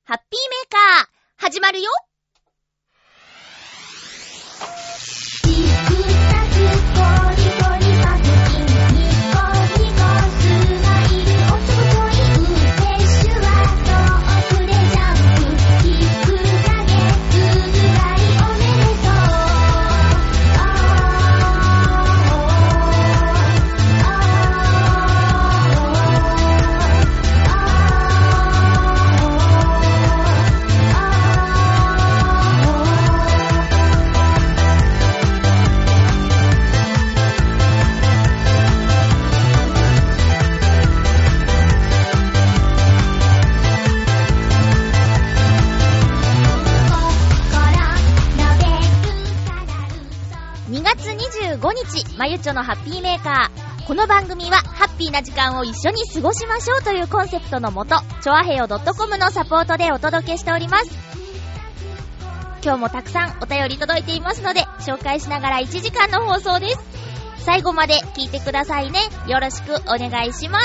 ハッピーメーカー始まるよ。25日、まゆっちょのハッピーメーカー。この番組はハッピーな時間を一緒に過ごしましょうというコンセプトのもと、ちょあへよ .com のサポートでお届けしております。今日もたくさんお便り届いていますので、紹介しながら1時間の放送です。最後まで聞いてくださいね。よろしくお願いします。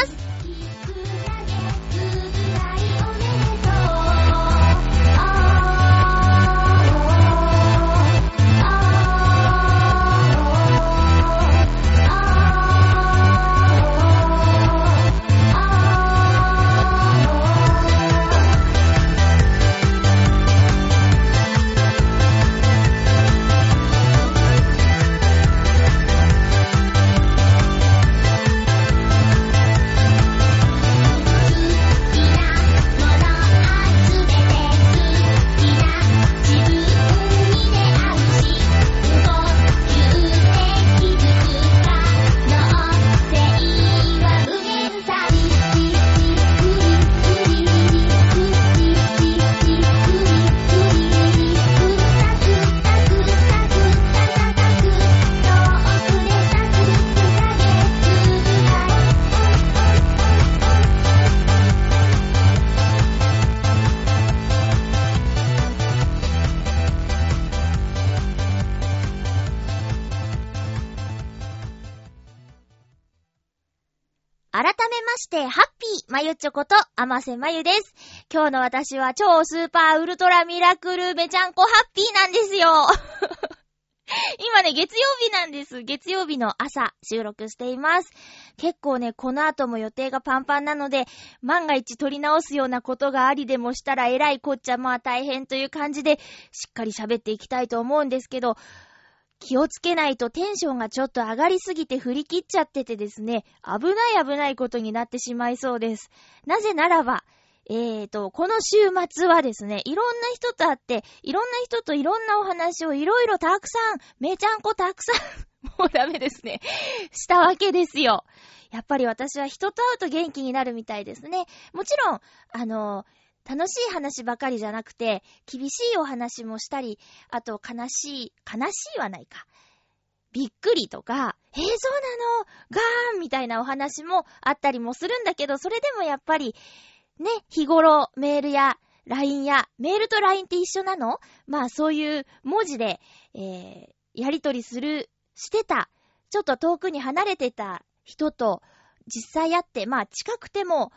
ハッピーまゆっちょことあませまゆです。今日の私は超スーパーウルトラミラクルめちゃんこハッピーなんですよ。今ね、月曜日なんです。月曜日の朝収録しています。結構ね、この後も予定がパンパンなので、万が一撮り直すようなことがありでもしたらえらいこっちゃまあ大変という感じでしっかり喋っていきたいと思うんですけど、気をつけないとテンションがちょっと上がりすぎて振り切っちゃっててですね、危ないことになってしまいそうです。なぜならば、この週末はですね、いろんな人と会って、いろんな人といろんなお話をいろいろたくさん、めちゃんこたくさん、もうダメですね、したわけですよ。やっぱり私は人と会うと元気になるみたいですね。もちろん、楽しい話ばかりじゃなくて、厳しいお話もしたり、あと悲しいはないか。びっくりとか、そうなのガーンみたいなお話もあったりもするんだけど、それでもやっぱり、ね、日頃メールや LINE や、メールと LINE って一緒なの？まあそういう文字で、やり取りしてた、ちょっと遠くに離れてた人と実際会って、まあ近くても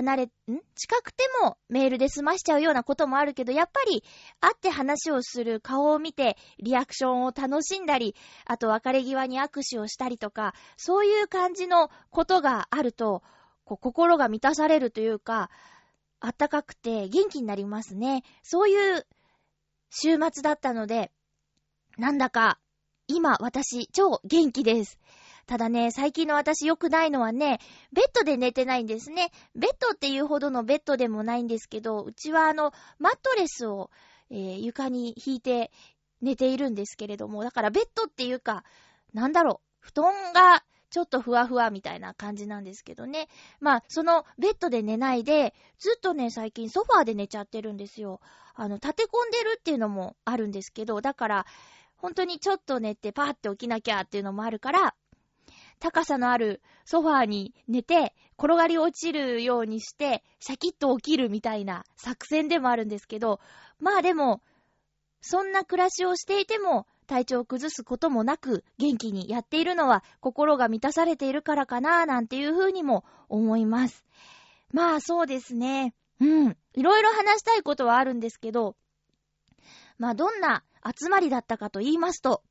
メールで済ましちゃうようなこともあるけど、やっぱり会って話をする顔を見てリアクションを楽しんだり、あと別れ際に握手をしたりとか、そういう感じのことがあると、こう心が満たされるというか、あったかくて元気になりますね。そういう週末だったので、なんだか今私超元気です。ただね、最近の私良くないのはね、ベッドで寝てないんですね。ベッドっていうほどのベッドでもないんですけど、うちはマットレスを、床に引いて寝ているんですけれども、だからベッドっていうか、布団がちょっとふわふわみたいな感じなんですけどね。まあ、そのベッドで寝ないで、ずっとね、最近ソファーで寝ちゃってるんですよ。立て込んでるっていうのもあるんですけど、だから、本当にちょっと寝てパーって起きなきゃっていうのもあるから、高さのあるソファーに寝て転がり落ちるようにしてシャキッと起きるみたいな作戦でもあるんですけど、まあでもそんな暮らしをしていても体調を崩すこともなく元気にやっているのは心が満たされているからかななんていうふうにも思います。まあそうですね、 いろいろ話したいことはあるんですけど、まあどんな集まりだったかと言いますと、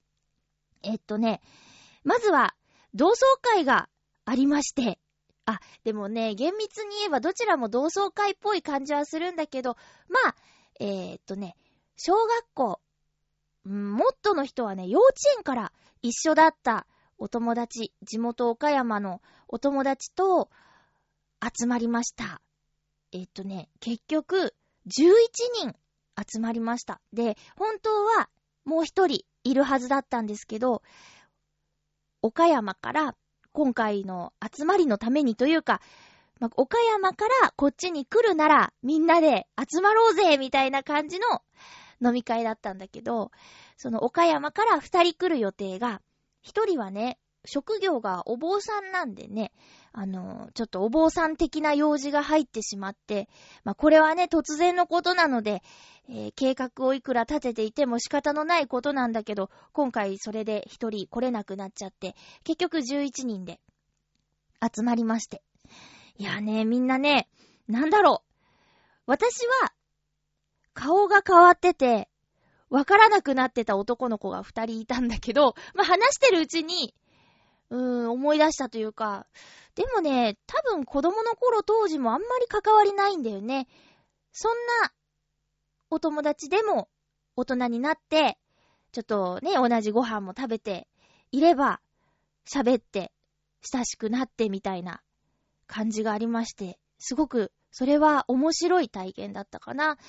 まずは同窓会がありまして、でもね、厳密に言えばどちらも同窓会っぽい感じはするんだけど、まあ、小学校、もっとの人はね、幼稚園から一緒だったお友達、地元岡山のお友達と集まりました。結局、11人集まりました。で、本当はもう一人いるはずだったんですけど、岡山から今回の集まりのためにというか、岡山からこっちに来るならみんなで集まろうぜみたいな感じの飲み会だったんだけど、その岡山から2人来る予定が、1人はね、職業がお坊さんなんでね、ちょっとお坊さん的な用事が入ってしまって、これはね、突然のことなので、計画をいくら立てていても仕方のないことなんだけど、今回それで1人来れなくなっちゃって、結局11人で集まりまして。いやね、みんなね、なんだろう。私は、顔が変わってて、わからなくなってた男の子が2人いたんだけど、話してるうちに、思い出したというか、でもね、多分子供の頃当時もあんまり関わりないんだよね。そんなお友達でも大人になって、ちょっとね、同じご飯も食べていれば、喋って親しくなってみたいな感じがありまして、すごくそれは面白い体験だったかな。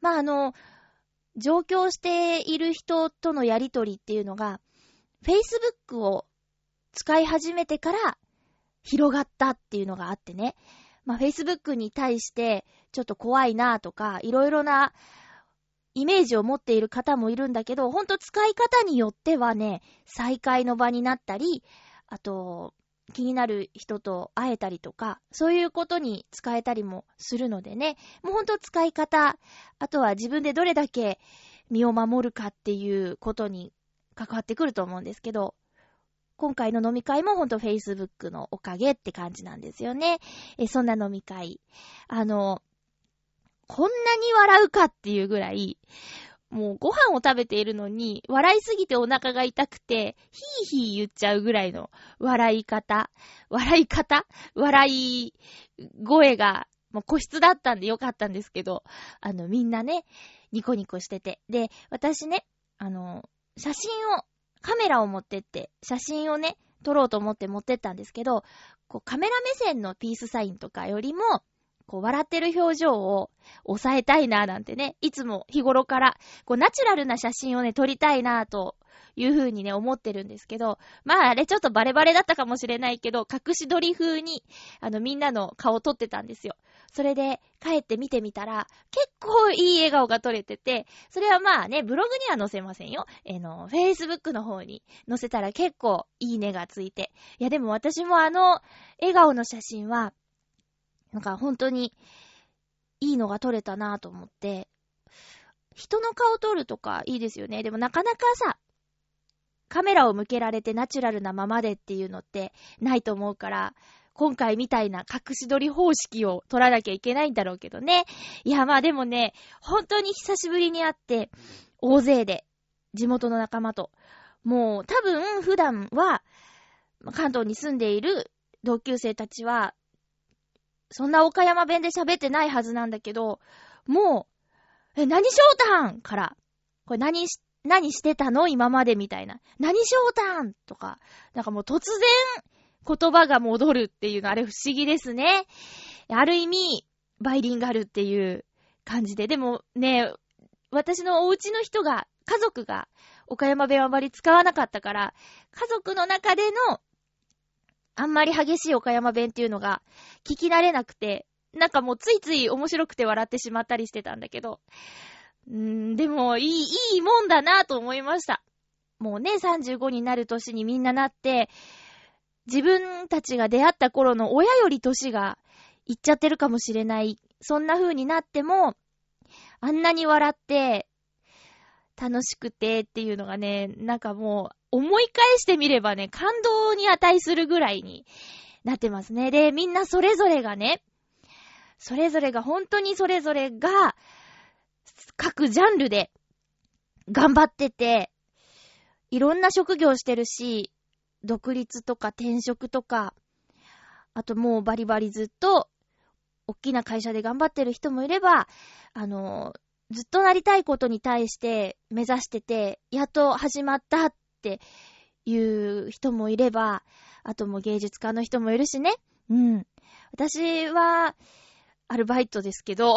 上京している人とのやりとりっていうのが、Facebook を使い始めてから広がったっていうのがあってね。Facebook に対してちょっと怖いなとか、いろいろなイメージを持っている方もいるんだけど、ほんと使い方によってはね、再会の場になったり、あと、気になる人と会えたりとか、そういうことに使えたりもするのでね、もうほんと使い方、あとは自分でどれだけ身を守るかっていうことに関わってくると思うんですけど、今回の飲み会もほんと Facebook のおかげって感じなんですよね。そんな飲み会。こんなに笑うかっていうぐらい、もうご飯を食べているのに、笑いすぎてお腹が痛くて、ヒーヒー言っちゃうぐらいの笑い声が、もう個室だったんでよかったんですけど、みんなね、ニコニコしてて。で、私ね、カメラを持ってって、写真をね、撮ろうと思って持ってったんですけど、カメラ目線のピースサインとかよりも、笑ってる表情を抑えたいななんてね、いつも日頃からナチュラルな写真をね撮りたいなという風にね思ってるんですけど、あれちょっとバレバレだったかもしれないけど、隠し撮り風にみんなの顔撮ってたんですよ。それで帰って見てみたら結構いい笑顔が撮れてて、それはブログには載せませんよ。Facebook の方に載せたら結構いいねがついて、いやでも私も笑顔の写真はなんか本当にいいのが撮れたなと思って、人の顔撮るとかいいですよね。でもなかなかさ、カメラを向けられてナチュラルなままでっていうのってないと思うから、今回みたいな隠し撮り方式を撮らなきゃいけないんだろうけどね。いやでもね、本当に久しぶりに会って、大勢で、地元の仲間と、もう多分普段は関東に住んでいる同級生たちは、そんな岡山弁で喋ってないはずなんだけど、もう、何しょうたんから、これ何してたの今までみたいな。何しょうたんとか、なんかもう突然言葉が戻るっていうの、あれ不思議ですね。ある意味、バイリンガルっていう感じで。でもね、私のお家の人が、家族が岡山弁はあまり使わなかったから、家族の中でのあんまり激しい岡山弁っていうのが聞き慣れなくて、なんかもうついつい面白くて笑ってしまったりしてたんだけど、でもいいもんだなと思いました。もうね、35になる年にみんななって、自分たちが出会った頃の親より年がいっちゃってるかもしれない。そんな風になっても、あんなに笑って楽しくてっていうのがね、なんかもう思い返してみればね、感動に値するぐらいになってますね。で、みんなそれぞれがね、 それぞれが本当にそれぞれが各ジャンルで頑張ってて、いろんな職業してるし、独立とか転職とか、あともうバリバリずっと大きな会社で頑張ってる人もいれば、ずっとなりたいことに対して目指してて、やっと始まったっていう人もいれば、あともう芸術家の人もいるしね。うん。私はアルバイトですけど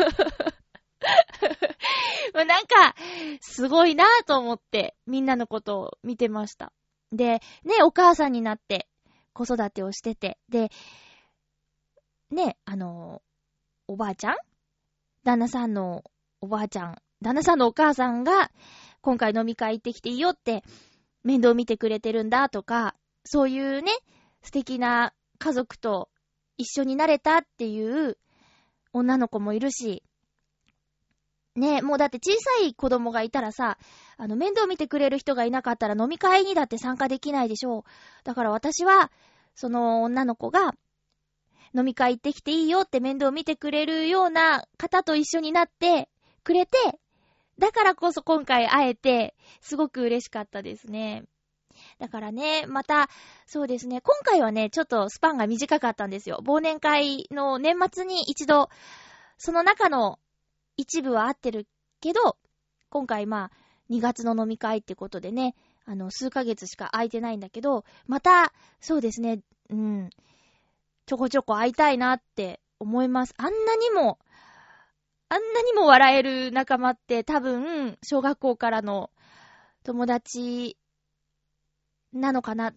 なんかすごいなぁと思ってみんなのことを見てました。で、ね、お母さんになって子育てをしてて、で、ね、おばあちゃん？旦那さんのおばあちゃん、旦那さんのお母さんが今回飲み会行ってきていいよって面倒見てくれてるんだとか、そういうね、素敵な家族と一緒になれたっていう女の子もいるし、ね、もうだって小さい子供がいたらさ、面倒見てくれる人がいなかったら飲み会にだって参加できないでしょう。だから私は、その女の子が飲み会行ってきていいよって面倒見てくれるような方と一緒になってくれて、だからこそ今回会えて、すごく嬉しかったですね。だからね、また、そうですね、今回はね、ちょっとスパンが短かったんですよ。忘年会の年末に一度、その中の一部は合ってるけど、今回2月の飲み会ってことでね、数ヶ月しか空いてないんだけど、また、そうですね、ちょこちょこ会いたいなって思います。あんなにも笑える仲間って多分、小学校からの友達なのかなって、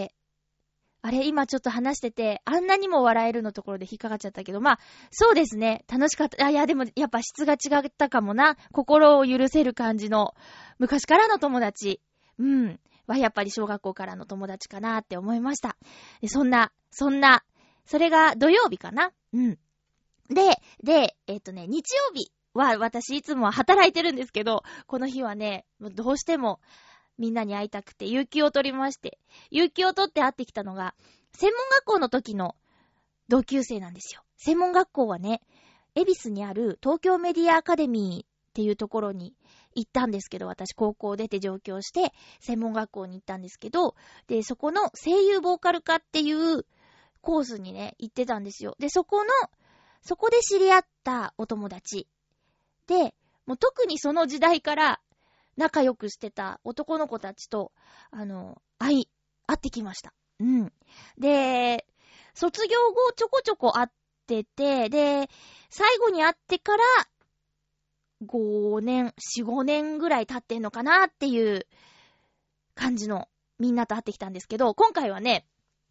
あれ今ちょっと話してて、あんなにも笑えるのところで引っかかっちゃったけど、そうですね、楽しかった。いやでもやっぱ質が違ったかもな。心を許せる感じの昔からの友達、はやっぱり小学校からの友達かなって思いました。でそれが土曜日かな。で、日曜日は私いつも働いてるんですけど、この日はね、どうしてもみんなに会いたくて、有給を取りまして、有給を取って会ってきたのが、専門学校の時の同級生なんですよ。専門学校はね、恵比寿にある東京メディアアカデミーっていうところに行ったんですけど、私高校出て上京して、専門学校に行ったんですけど、で、そこの声優ボーカル科っていうコースにね、行ってたんですよ。で、そこで知り合ったお友達。で、もう特にその時代から仲良くしてた男の子たちと、会ってきました。で、卒業後ちょこちょこ会ってて、で、最後に会ってから、4、5年ぐらい経ってんのかなっていう感じのみんなと会ってきたんですけど、今回はね、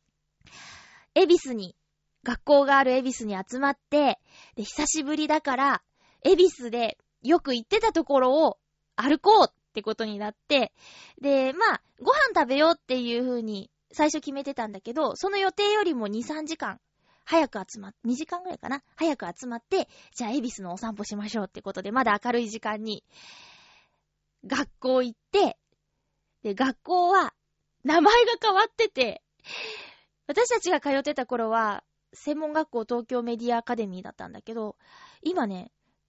学校がある恵比寿に集まって、で、久しぶりだから、恵比寿でよく行ってたところを歩こうってことになって、で、ご飯食べようっていう風に最初決めてたんだけど、その予定よりも2、3時間早く集まって、2時間ぐらいかな早く集まって、じゃあ恵比寿のお散歩しましょうってことで、まだ明るい時間に学校行って、で、学校は名前が変わってて、私たちが通ってた頃は、専門学校東京メディアアカデミーだったんだけど、今ね、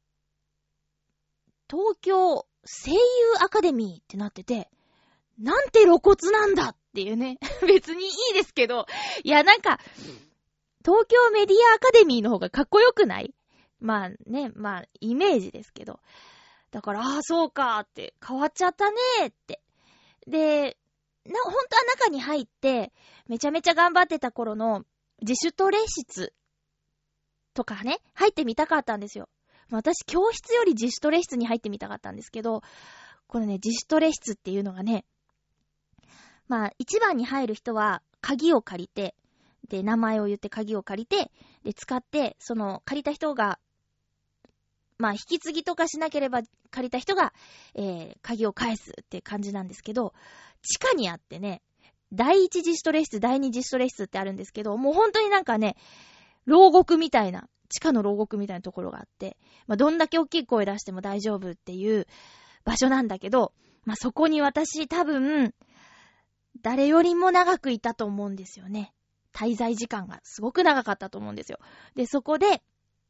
東京声優アカデミーってなってて、なんて露骨なんだっていうね。別にいいですけど、いやなんか、東京メディアアカデミーの方がかっこよくない？イメージですけど。だから、そうかって、変わっちゃったねって。で、本当は中に入って、めちゃめちゃ頑張ってた頃の自主トレ室とかね、入ってみたかったんですよ。私、教室より自主トレ室に入ってみたかったんですけど、このね、自主トレ室っていうのがね、一番に入る人は鍵を借りて、で、名前を言って鍵を借りて、で、使って、その借りた人が、引き継ぎとかしなければ借りた人が、鍵を返すって感じなんですけど、地下にあってね、第一自主トレ室、第二自主トレ室ってあるんですけど、もう本当になんかね、牢獄みたいな、地下の牢獄みたいなところがあって、どんだけ大きい声出しても大丈夫っていう場所なんだけど、そこに私多分、誰よりも長くいたと思うんですよね。滞在時間がすごく長かったと思うんですよ。で、そこで、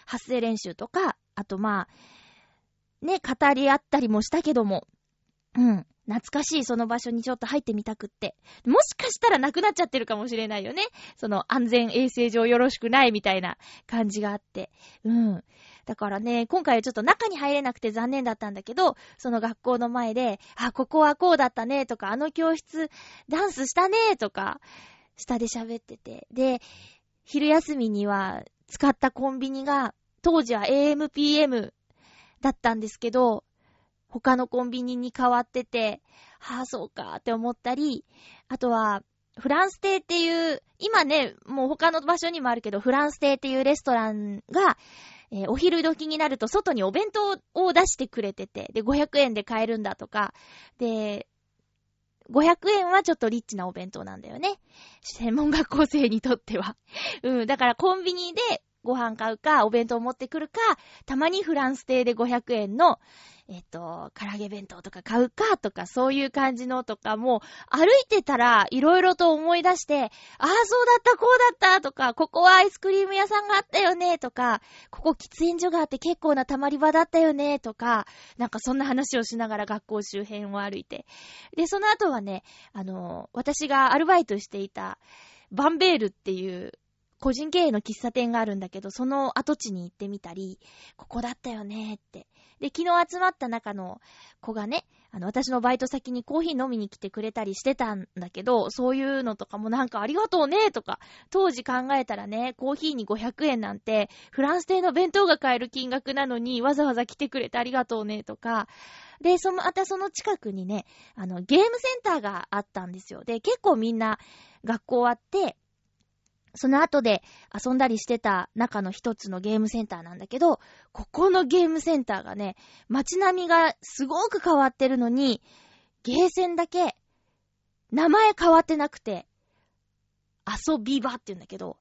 発声練習とか、あとまあ、ね、語り合ったりもしたけども、懐かしいその場所にちょっと入ってみたくって。もしかしたらなくなっちゃってるかもしれないよね。その安全衛生上よろしくないみたいな感じがあって。だからね、今回はちょっと中に入れなくて残念だったんだけど、その学校の前で、ここはこうだったねとか、あの教室ダンスしたねとか、下で喋ってて。で、昼休みには使ったコンビニが、当時は AM/PM だったんですけど、他のコンビニに変わってて、そうかって思ったり、あとは、フランス亭っていう、今ね、もう他の場所にもあるけど、フランス亭っていうレストランが、お昼時になると外にお弁当を出してくれてて、で、500円で買えるんだとか、で、500円はちょっとリッチなお弁当なんだよね。専門学校生にとっては。だからコンビニでご飯買うか、お弁当持ってくるか、たまにフランス亭で500円の、唐揚げ弁当とか買うかとか、そういう感じのとかも、歩いてたらいろいろと思い出して、そうだった、こうだったとか、ここはアイスクリーム屋さんがあったよねとか、ここ喫煙所があって結構な溜まり場だったよねとか、なんかそんな話をしながら学校周辺を歩いて。で、その後はね、私がアルバイトしていた、バンベールっていう、個人経営の喫茶店があるんだけど、その跡地に行ってみたり、ここだったよねって。で、昨日集まった中の子がね、私のバイト先にコーヒー飲みに来てくれたりしてたんだけど、そういうのとかもなんかありがとうねとか、当時考えたらね、コーヒーに500円なんて、フランス亭の弁当が買える金額なのに、わざわざ来てくれてありがとうねとか、で、またその近くにね、ゲームセンターがあったんですよ。で、結構みんな学校終わって、その後で遊んだりしてた中の一つのゲームセンターなんだけど、ここのゲームセンターがね、街並みがすごく変わってるのに、ゲーセンだけ名前変わってなくて、遊び場って言うんだけど、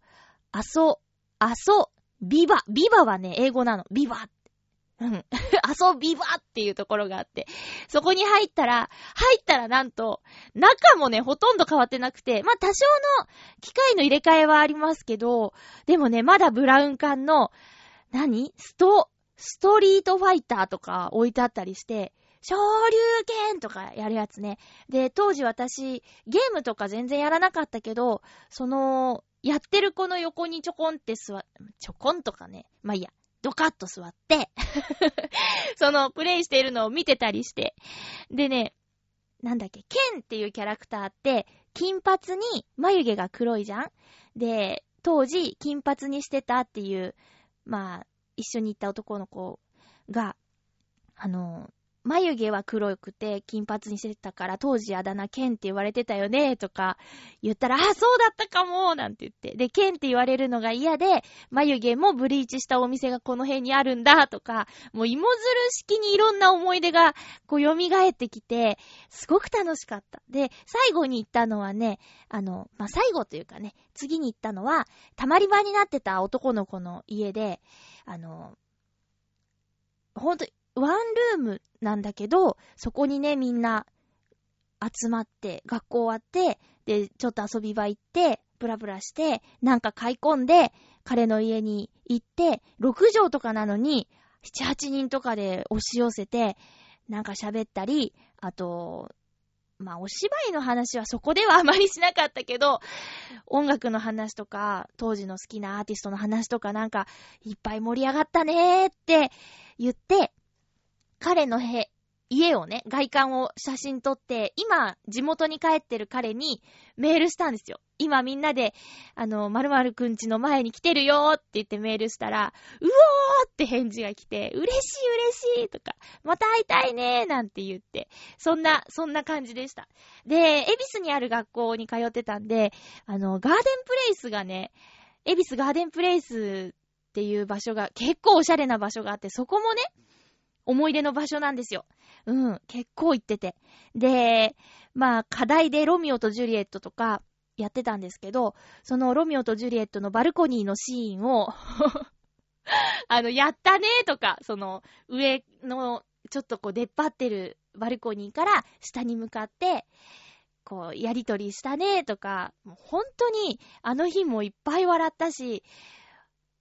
ビバはね、英語なの。ビバ。遊び場っていうところがあって、そこに入ったらなんと、中もね、ほとんど変わってなくて、まあ多少の機械の入れ替えはありますけど、でもね、まだブラウン管の、ストリートファイターとか置いてあったりして、昇竜拳とかやるやつね。で、当時私、ゲームとか全然やらなかったけど、やってる子の横にちょこんとかね、まあいいや。ドカッと座って、プレイしているのを見てたりして。でね、ケンっていうキャラクターって、金髪に眉毛が黒いじゃん？で、当時、金髪にしてたっていう、まあ、一緒に行った男の子が、眉毛は黒くて金髪にしてたから当時あだ名ケンって言われてたよねとか言ったら、そうだったかもなんて言って。で、ケンって言われるのが嫌で、眉毛もブリーチしたお店がこの辺にあるんだとか、もう芋づる式にいろんな思い出がこう蘇ってきて、すごく楽しかった。で、最後に行ったのはね、最後というかね、次に行ったのは、たまり場になってた男の子の家で、ほんと、ワンルームなんだけど、そこにね、みんな集まって、学校終わって、で、ちょっと遊び場行って、ブラブラして、なんか買い込んで、彼の家に行って、6畳とかなのに、7、8人とかで押し寄せて、なんか喋ったり、あと、まあ、お芝居の話はそこではあまりしなかったけど、音楽の話とか、当時の好きなアーティストの話とかなんか、いっぱい盛り上がったねーって言って、彼の家をね、外観を写真撮って、今、地元に帰ってる彼にメールしたんですよ。今みんなで、〇〇くん家の前に来てるよって言ってメールしたら、うおーって返事が来て、嬉しいとか、また会いたいねーなんて言って、そんな感じでした。で、恵比寿にある学校に通ってたんで、ガーデンプレイスがね、恵比寿ガーデンプレイスっていう場所が、結構おしゃれな場所があって、そこもね、思い出の場所なんですよ。結構行ってて。で、まあ、課題でロミオとジュリエットとかやってたんですけど、そのロミオとジュリエットのバルコニーのシーンを、やったねとか、上の、ちょっとこう出っ張ってるバルコニーから下に向かって、こう、やりとりしたねとか、もう本当に、あの日もいっぱい笑ったし、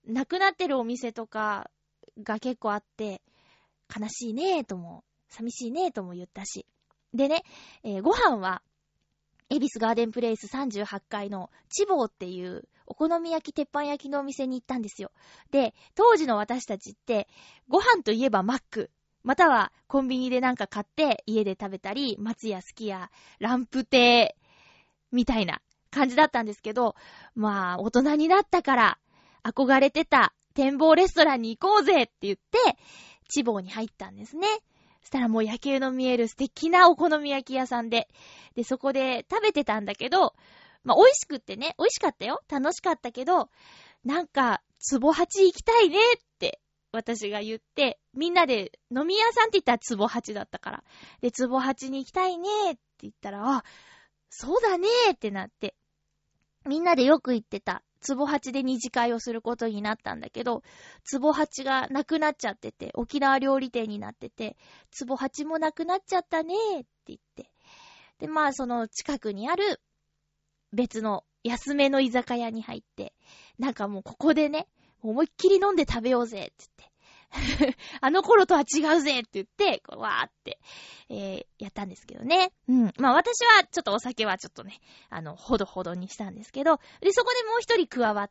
亡くなってるお店とかが結構あって、悲しいねとも、寂しいねとも言ったし。でね、ご飯は、恵比寿ガーデンプレイス38階のチボーっていうお好み焼き鉄板焼きのお店に行ったんですよ。で、当時の私たちって、ご飯といえばマック、またはコンビニでなんか買って家で食べたり、松屋すき家、ランプ亭みたいな感じだったんですけど、まあ大人になったから憧れてた展望レストランに行こうぜって言って、チボーに入ったんですね。そしたらもう夜景の見える素敵なお好み焼き屋さんで、そこで食べてたんだけど、まあ美味しくってね、美味しかったよ。楽しかったけど、なんか、つぼ八行きたいねって私が言って、みんなで飲み屋さんって言ったらつぼ八だったから。で、つぼ八に行きたいねって言ったら、あ、そうだねってなって、みんなでよく行ってたつぼ八で二次会をすることになったんだけど、つぼ八がなくなっちゃってて、沖縄料理店になってて、つぼ八もなくなっちゃったねって言って。で、まあその近くにある別の安めの居酒屋に入って、なんかもうここでね、思いっきり飲んで食べようぜって言って。あの頃とは違うぜって言って、こうわーって、やったんですけどね。まあ私はちょっとお酒はちょっとね、ほどほどにしたんですけど、で、そこでもう一人加わって、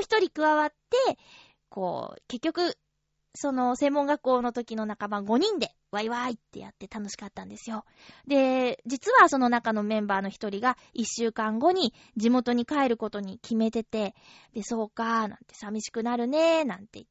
こう、結局、その専門学校の時の仲間5人でワイワイってやって楽しかったんですよ。で、実はその中のメンバーの一人が1週間後に地元に帰ることに決めてて、で、そうかーなんて寂しくなるねーなんて言って、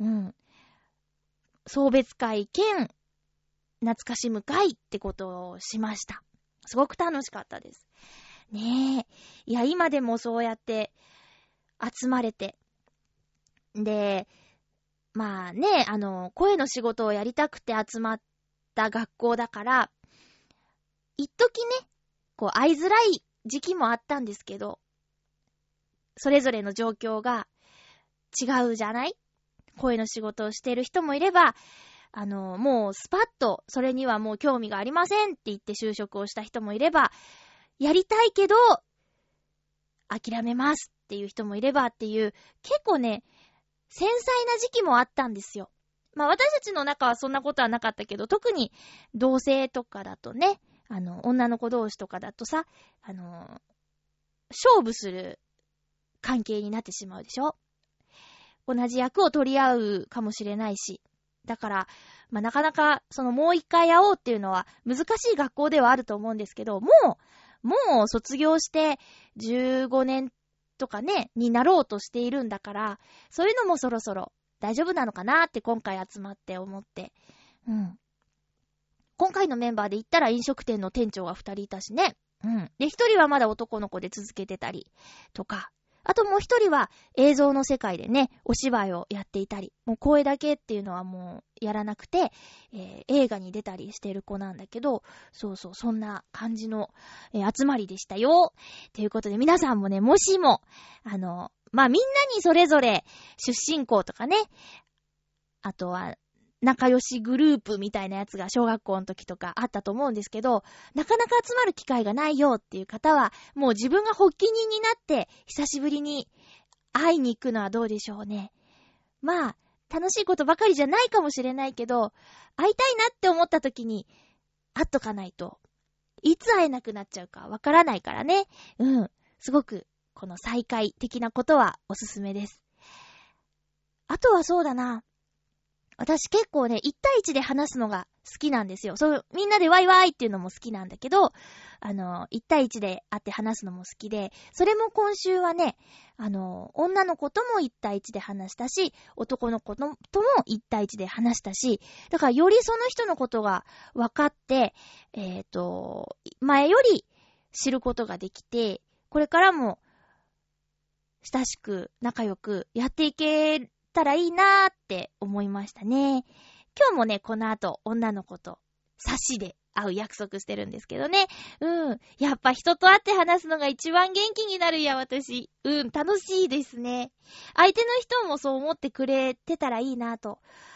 送別会兼懐かしむ会ってことをしました。すごく楽しかったです。ねえ。いや、今でもそうやって集まれて。で、まあね、声の仕事をやりたくて集まった学校だから、一時ね、こう、会いづらい時期もあったんですけど、それぞれの状況が違うじゃない？声の仕事をしている人もいれば、もうスパッと、それにはもう興味がありませんって言って就職をした人もいれば、やりたいけど、諦めますっていう人もいればっていう、結構ね、繊細な時期もあったんですよ。まあ私たちの中はそんなことはなかったけど、特に同性とかだとね、女の子同士とかだとさ、勝負する関係になってしまうでしょ。同じ役を取り合うかもしれないし。だから、まあ、なかなか、もう一回会おうっていうのは難しい学校ではあると思うんですけど、もう卒業して15年とかね、になろうとしているんだから、そういうのもそろそろ大丈夫なのかなって今回集まって思って。今回のメンバーで言ったら飲食店の店長が2人いたしね。で、1人はまだ男の子で続けてたりとか、あともう一人は映像の世界でね、お芝居をやっていたり、もう声だけっていうのはもうやらなくて、映画に出たりしてる子なんだけど、そんな感じの、集まりでしたよ。ということで皆さんもね、もしも、まあ、みんなにそれぞれ出身校とかね、あとは、仲良しグループみたいなやつが小学校の時とかあったと思うんですけど、なかなか集まる機会がないよっていう方は、もう自分が発起人になって久しぶりに会いに行くのはどうでしょうね。まあ、楽しいことばかりじゃないかもしれないけど、会いたいなって思った時に会っとかないと、いつ会えなくなっちゃうかわからないからね。すごくこの再会的なことはおすすめです。あとはそうだな。私結構ね、1対1で話すのが好きなんですよ。みんなでワイワイっていうのも好きなんだけど、1対1で会って話すのも好きで、それも今週はね、女の子とも1対1で話したし、男の子とも1対1で話したし、だからよりその人のことが分かって、前より知ることができて、これからも親しく仲良くやっていけたらいいなーって思いましたね。今日もね、この後女の子と差しで会う約束してるんですけどね。やっぱ人と会って話すのが一番元気になるや、私。楽しいですね。相手の人もそう思ってくれてたらいいなと。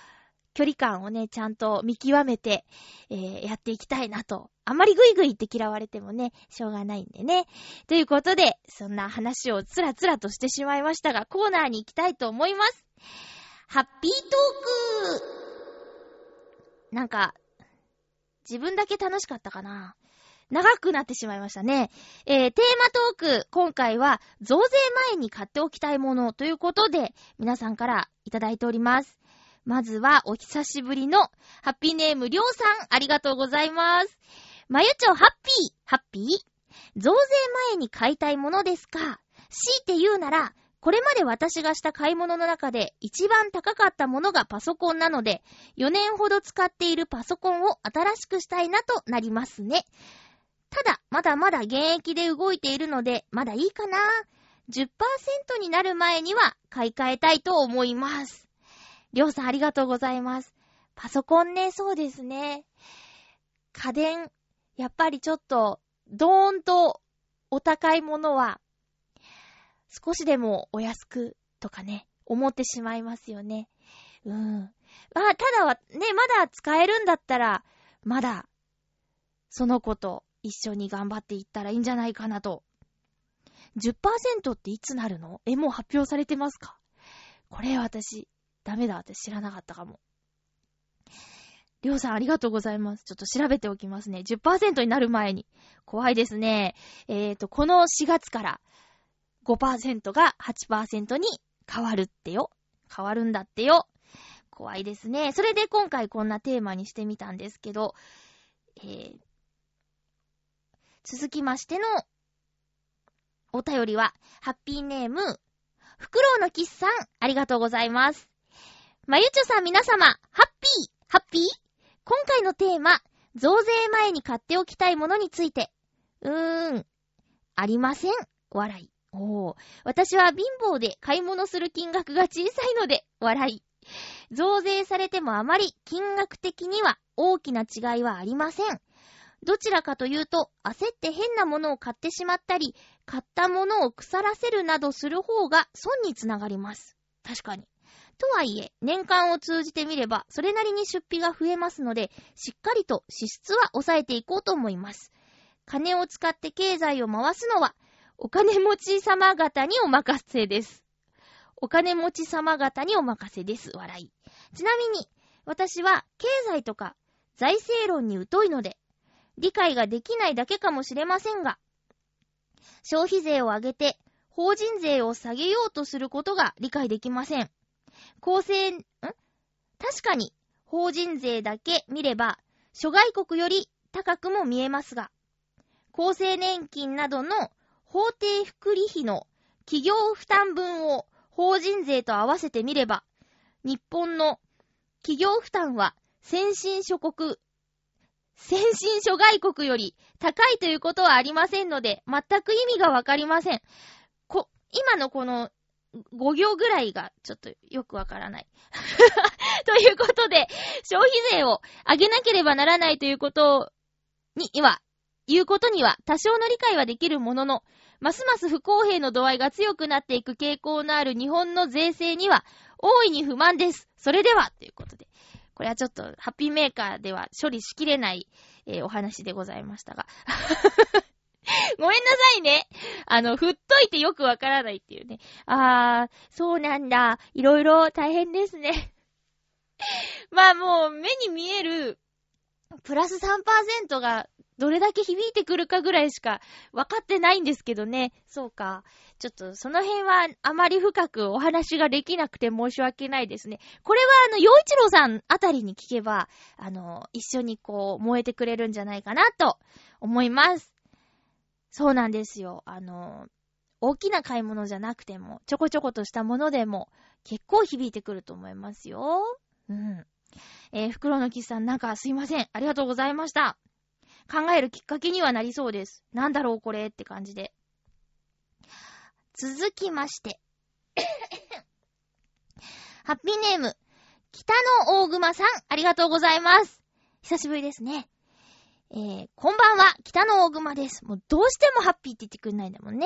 距離感をね、ちゃんと見極めて、やっていきたいなと。あんまりグイグイって嫌われてもね、しょうがないんでね。ということで、そんな話をつらつらとしてしまいましたが、コーナーに行きたいと思います。ハッピートーク！なんか、自分だけ楽しかったかな。長くなってしまいましたね。テーマトーク、今回は増税前に買っておきたいものということで、皆さんからいただいております。まずはお久しぶりのハッピーネームりょうさん、ありがとうございます。まゆちょハッピー増税前に買いたいものですか。強いて言うなら、これまで私がした買い物の中で一番高かったものがパソコンなので、4年ほど使っているパソコンを新しくしたいなとなりますね。ただ、まだまだ現役で動いているので、まだいいかな。10% になる前には買い替えたいと思います。りょうさんありがとうございます。パソコンね、そうですね。家電、やっぱりちょっと、ドーンとお高いものは、少しでもお安くとかね、思ってしまいますよね。ただはね、まだ使えるんだったら、まだ、その子と一緒に頑張っていったらいいんじゃないかなと。10% っていつなるの？もう発表されてますか？これ私、ダメだ、私知らなかったかも。りょうさんありがとうございます。ちょっと調べておきますね。10% になる前に。怖いですね。この4月から 5% が 8% に変わるってよ。変わるんだってよ。怖いですね。それで今回こんなテーマにしてみたんですけど、続きましてのお便りは、ハッピーネーム、フクロウのキスさん、ありがとうございます。まゆちょさん皆様、ハッピー今回のテーマ、増税前に買っておきたいものについて。ありません。笑い。私は貧乏で買い物する金額が小さいので、笑い。増税されてもあまり金額的には大きな違いはありません。どちらかというと、焦って変なものを買ってしまったり、買ったものを腐らせるなどする方が損につながります。確かに。とはいえ、年間を通じてみれば、それなりに出費が増えますので、しっかりと支出は抑えていこうと思います。金を使って経済を回すのは、お金持ち様方にお任せです。お金持ち様方にお任せです。笑い。ちなみに、私は経済とか財政論に疎いので、理解ができないだけかもしれませんが、消費税を上げて法人税を下げようとすることが理解できません。確かに法人税だけ見れば諸外国より高くも見えますが、厚生年金などの法定福利費の企業負担分を法人税と合わせてみれば、日本の企業負担は先進諸外国より高いということはありませんので、全く意味がわかりません。今のこの5行ぐらいがちょっとよくわからない。ということで、消費税を上げなければならないということには多少の理解はできるものの、ますます不公平の度合いが強くなっていく傾向のある日本の税制には大いに不満です。それではということで、これはちょっとハッピーメーカーでは処理しきれない、お話でございましたが。ごめんなさいね。振っといてよくわからないっていうね。そうなんだ。いろいろ大変ですね。まあもう目に見えるプラス 3% がどれだけ響いてくるかぐらいしか分かってないんですけどね。そうか。ちょっとその辺はあまり深くお話ができなくて申し訳ないですね。これは陽一郎さんあたりに聞けば、一緒にこう燃えてくれるんじゃないかなと思います。そうなんですよ。大きな買い物じゃなくても、ちょこちょことしたものでも結構響いてくると思いますよ。袋のキスさんなんかすいません。ありがとうございました。考えるきっかけにはなりそうです。なんだろうこれって感じで。続きまして。ハッピーネーム、北の大熊さん、ありがとうございます。久しぶりですね。こんばんは、北の大熊です。もうどうしてもハッピーって言ってくんないんだもんね。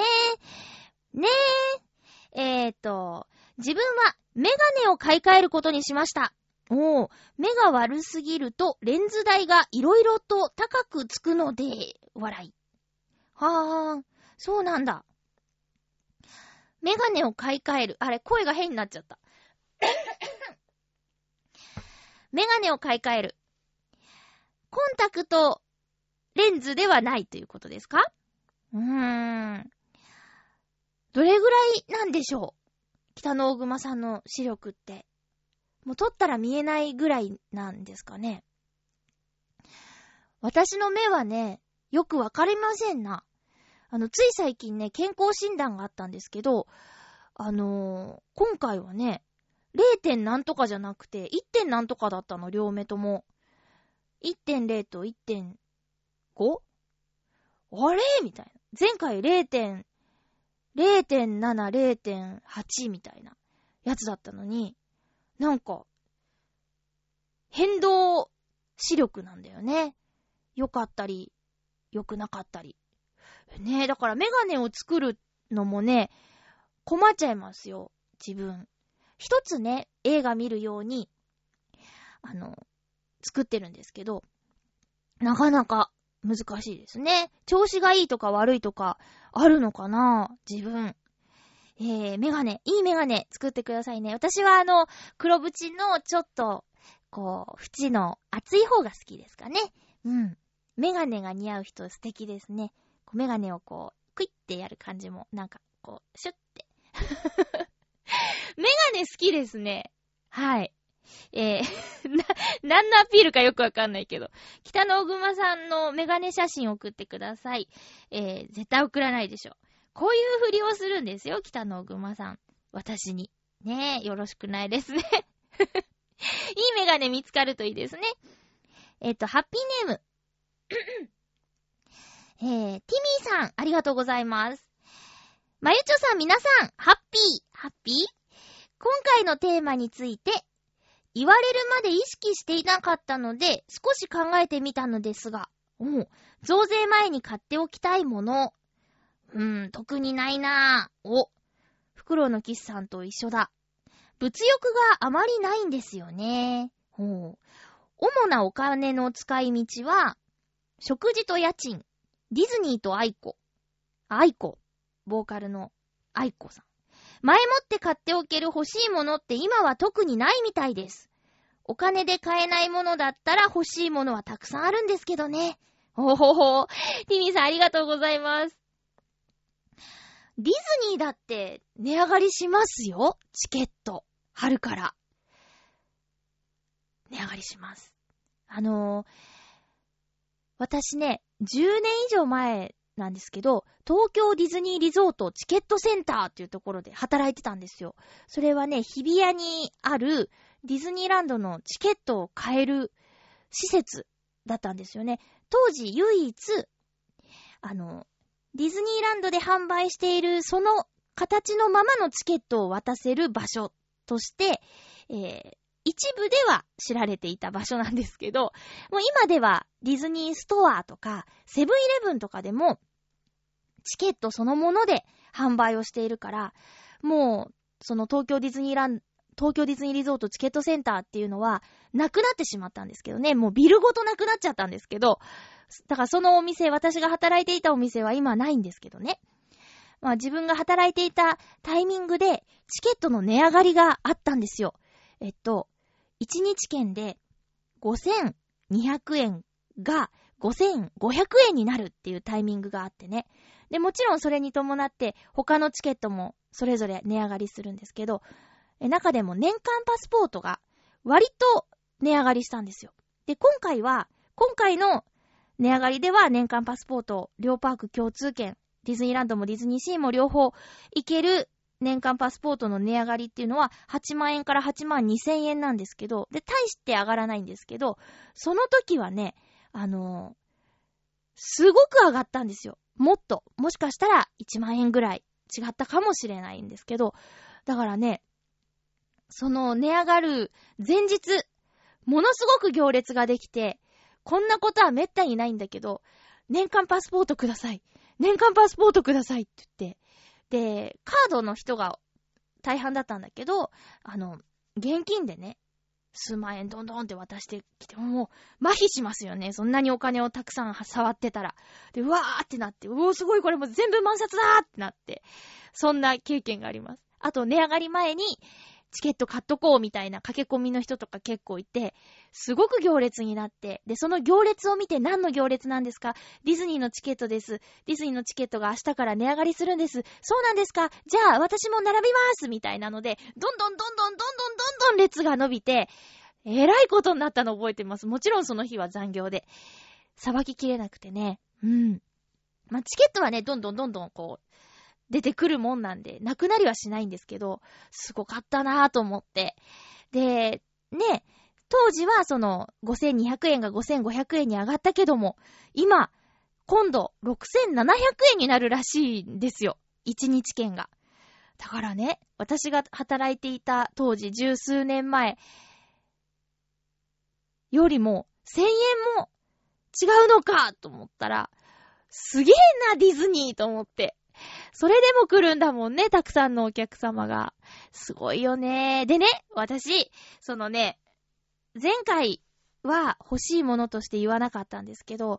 自分はメガネを買い替えることにしました。 目が悪すぎるとレンズ代がいろいろと高くつくので、笑い。はぁ、そうなんだ。メガネを買い替える。あれ、声が変になっちゃった。メガネを買い替える。コンタクトレンズではないということですか？どれぐらいなんでしょう？北の大熊さんの視力って。もう撮ったら見えないぐらいなんですかね。私の目はね、よくわかりませんな。つい最近ね、健康診断があったんですけど、今回はね、0. 点なんとかじゃなくて、1. 点なんとかだったの、両目とも。1.0 と 1.5？ あれみたいな。前回 0.7、0.8 みたいなやつだったのに、なんか、変動視力なんだよね。良かったり、良くなかったり。ねえ、だからメガネを作るのもね、困っちゃいますよ、自分。一つね、映画見るように、作ってるんですけど、なかなか難しいですね。調子がいいとか悪いとかあるのかな、自分。メガネ、いいメガネ作ってくださいね。私は黒縁のちょっと、縁の厚い方が好きですかね。メガネが似合う人素敵ですね。メガネをクイッてやる感じも、なんか、シュッて。メガネ好きですね。はい。何のアピールかよくわかんないけど。北の大熊さんのメガネ写真送ってください。絶対送らないでしょ。こういうふりをするんですよ、北の大熊さん。私に。ねえ、よろしくないですね。いいメガネ見つかるといいですね。ハッピーネーム。ティミーさん、ありがとうございます。まゆちょさん、皆さん、ハッピー今回のテーマについて、言われるまで意識していなかったので、少し考えてみたのですが、増税前に買っておきたいもの。特にないなぁ。フクロウのキスさんと一緒だ。物欲があまりないんですよね。主なお金の使い道は、食事と家賃、ディズニーとアイコ、ボーカルのアイコさん。前もって買っておける欲しいものって今は特にないみたいです。お金で買えないものだったら欲しいものはたくさんあるんですけどね。ティミーさんありがとうございます。ディズニーだって値上がりしますよ。チケット。春から。値上がりします。私ね、10年以上前なんですけど、東京ディズニーリゾートチケットセンターっていうところで働いてたんですよ。それはね、日比谷にあるディズニーランドのチケットを買える施設だったんですよね。当時唯一、ディズニーランドで販売しているその形のままのチケットを渡せる場所として、一部では知られていた場所なんですけど、もう今ではディズニーストアとかセブンイレブンとかでもチケットそのもので販売をしているから、もうその東京ディズニーリゾートチケットセンターっていうのはなくなってしまったんですけどね、もうビルごとなくなっちゃったんですけど、だからそのお店、私が働いていたお店は今ないんですけどね。まあ自分が働いていたタイミングでチケットの値上がりがあったんですよ。1日券で5200円が5500円になるっていうタイミングがあってね。で、もちろんそれに伴って他のチケットもそれぞれ値上がりするんですけど、中でも年間パスポートが割と値上がりしたんですよ。で、今回の値上がりでは年間パスポート、両パーク共通券、ディズニーランドもディズニーシーも両方行ける年間パスポートの値上がりっていうのは8万円から8万2000円なんですけど、で、大して上がらないんですけど、その時はね、すごく上がったんですよ。もしかしたら1万円ぐらい違ったかもしれないんですけど、だからね、その値上がる前日、ものすごく行列ができて、こんなことはめったにないんだけど、年間パスポートください。年間パスポートくださいって言って、で、カードの人が大半だったんだけど、現金でね、 数万円どんどんって渡してきて、もう麻痺しますよね。そんなにお金をたくさん触ってたら。で、うわーってなって、うおーすごいこれもう全部万札だーってなって、そんな経験があります。あと、値上がり前にチケット買っとこうみたいな駆け込みの人とか結構いて、すごく行列になって、で、その行列を見て何の行列なんですか？ディズニーのチケットです。ディズニーのチケットが明日から値上がりするんです。そうなんですか？じゃあ私も並びますみたいなので、どんどん列が伸びて、えらいことになったの覚えてます。もちろんその日は残業で。さばききれなくてね。うん。まあ、チケットはね、どんどんこう、出てくるもんなんで、なくなりはしないんですけど、すごかったなぁと思って。で、ね、当時はその5200円が5500円に上がったけども、今度6700円になるらしいんですよ。1日券が。だからね、私が働いていた当時十数年前よりも1000円も違うのかと思ったら、すげえなディズニーと思って。それでも来るんだもんね、たくさんのお客様が。すごいよね。でね、私、そのね、前回は欲しいものとして言わなかったんですけど、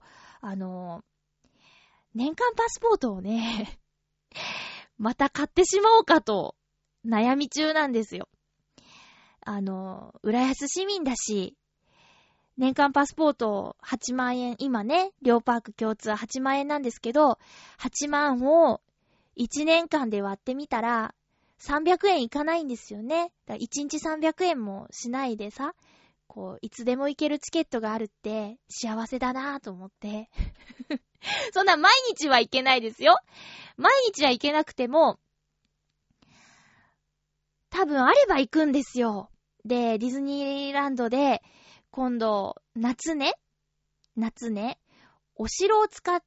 年間パスポートをね、また買ってしまおうかと悩み中なんですよ。浦安市民だし、年間パスポート8万円、今ね、両パーク共通は8万円なんですけど、8万を1年間で割ってみたら、300円いかないんですよね。だから1日300円もしないでさ、こう、いつでも行けるチケットがあるって幸せだなぁと思って。そんな毎日は行けないですよ。毎日は行けなくても、多分あれば行くんですよ。で、ディズニーランドで、今度、夏ね、お城を使って、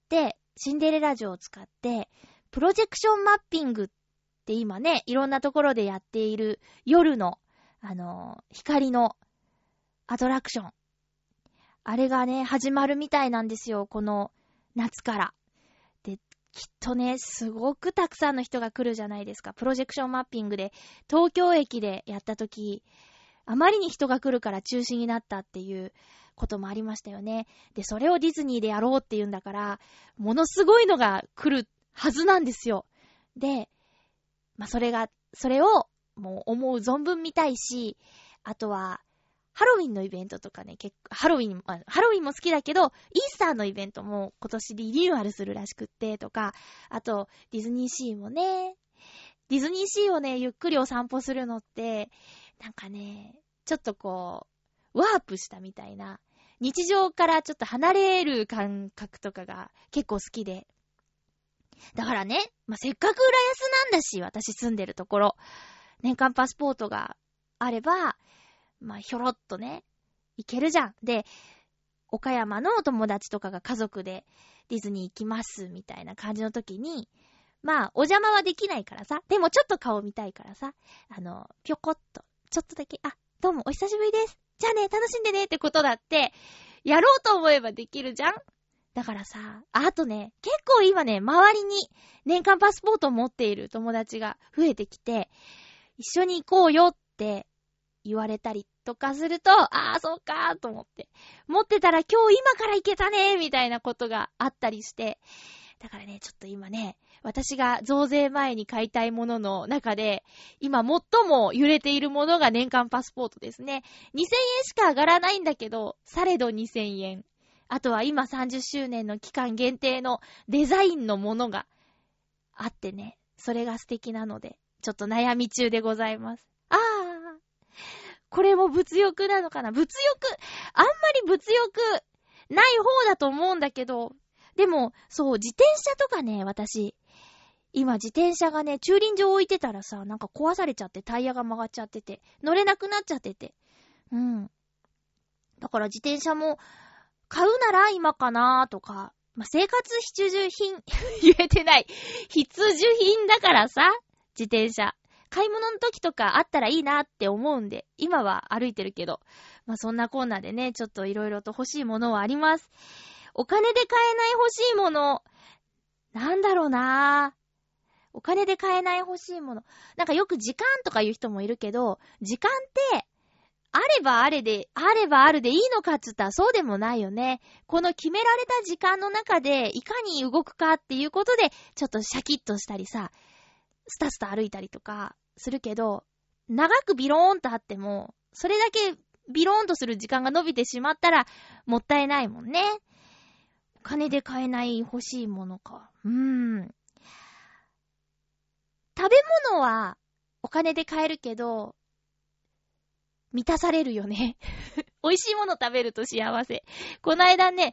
シンデレラ城を使って、プロジェクションマッピングって今ね、いろんなところでやっている夜の、光のアトラクション。あれがね、始まるみたいなんですよ、この夏から。で、きっとね、すごくたくさんの人が来るじゃないですか。プロジェクションマッピングで、東京駅でやったとき、あまりに人が来るから中止になったっていうこともありましたよね。で、それをディズニーでやろうっていうんだから、ものすごいのが来るはずなんですよ。で、まあ、それをもう思う存分見たいし、あとは、ハロウィンのイベントとかね、結構、ハロウィンも好きだけど、イースターのイベントも今年リニューアルするらしくってとか、あと、ディズニーシーをね、ゆっくりお散歩するのって、なんかね、ちょっとこう、ワープしたみたいな、日常からちょっと離れる感覚とかが結構好きで。だからね、まあ、せっかく浦安なんだし、私住んでるところ、年間パスポートがあれば、まあ、ひょろっとね、行けるじゃん。で、岡山のお友達とかが家族でディズニー行きますみたいな感じの時に、まあ、お邪魔はできないからさ、でもちょっと顔見たいからさ、ぴょこっと、ちょっとだけ、どうもお久しぶりです。じゃあね、楽しんでねってことだって、やろうと思えばできるじゃん。だからさ、あとね、結構今ね、周りに年間パスポートを持っている友達が増えてきて、一緒に行こうよって言われたりとかすると、そうかーと思って。持ってたら今から行けたねーみたいなことがあったりして。だからね、ちょっと今ね、私が増税前に買いたいものの中で、今最も揺れているものが年間パスポートですね。2000円しか上がらないんだけど、されど2000円。あとは今30周年の期間限定のデザインのものがあってね、それが素敵なので、ちょっと悩み中でございます。これも物欲なのかな？物欲、あんまり物欲ない方だと思うんだけど、でも、そう、自転車とかね、私、今自転車がね、駐輪場置いてたらさ、なんか壊されちゃってタイヤが曲がっちゃってて、乗れなくなっちゃってて。だから自転車も買うなら今かなーとか、まあ、生活必需品、言えてない。必需品だからさ、自転車。買い物の時とかあったらいいなって思うんで、今は歩いてるけど、まあ、そんなコーナーでね、ちょっといろいろと欲しいものはあります。お金で買えない欲しいもの、なんだろうなぁ。お金で買えない欲しいもの。なんかよく時間とか言う人もいるけど、時間って、 あればあるでいいのかっつったらそうでもないよね。この決められた時間の中でいかに動くかっていうことで、ちょっとシャキッとしたりさ、スタスタ歩いたりとかするけど、長くビローンとあっても、それだけビローンとする時間が伸びてしまったらもったいないもんね。お金で買えない欲しいものか。食べ物はお金で買えるけど、満たされるよね。美味しいもの食べると幸せ。この間ね、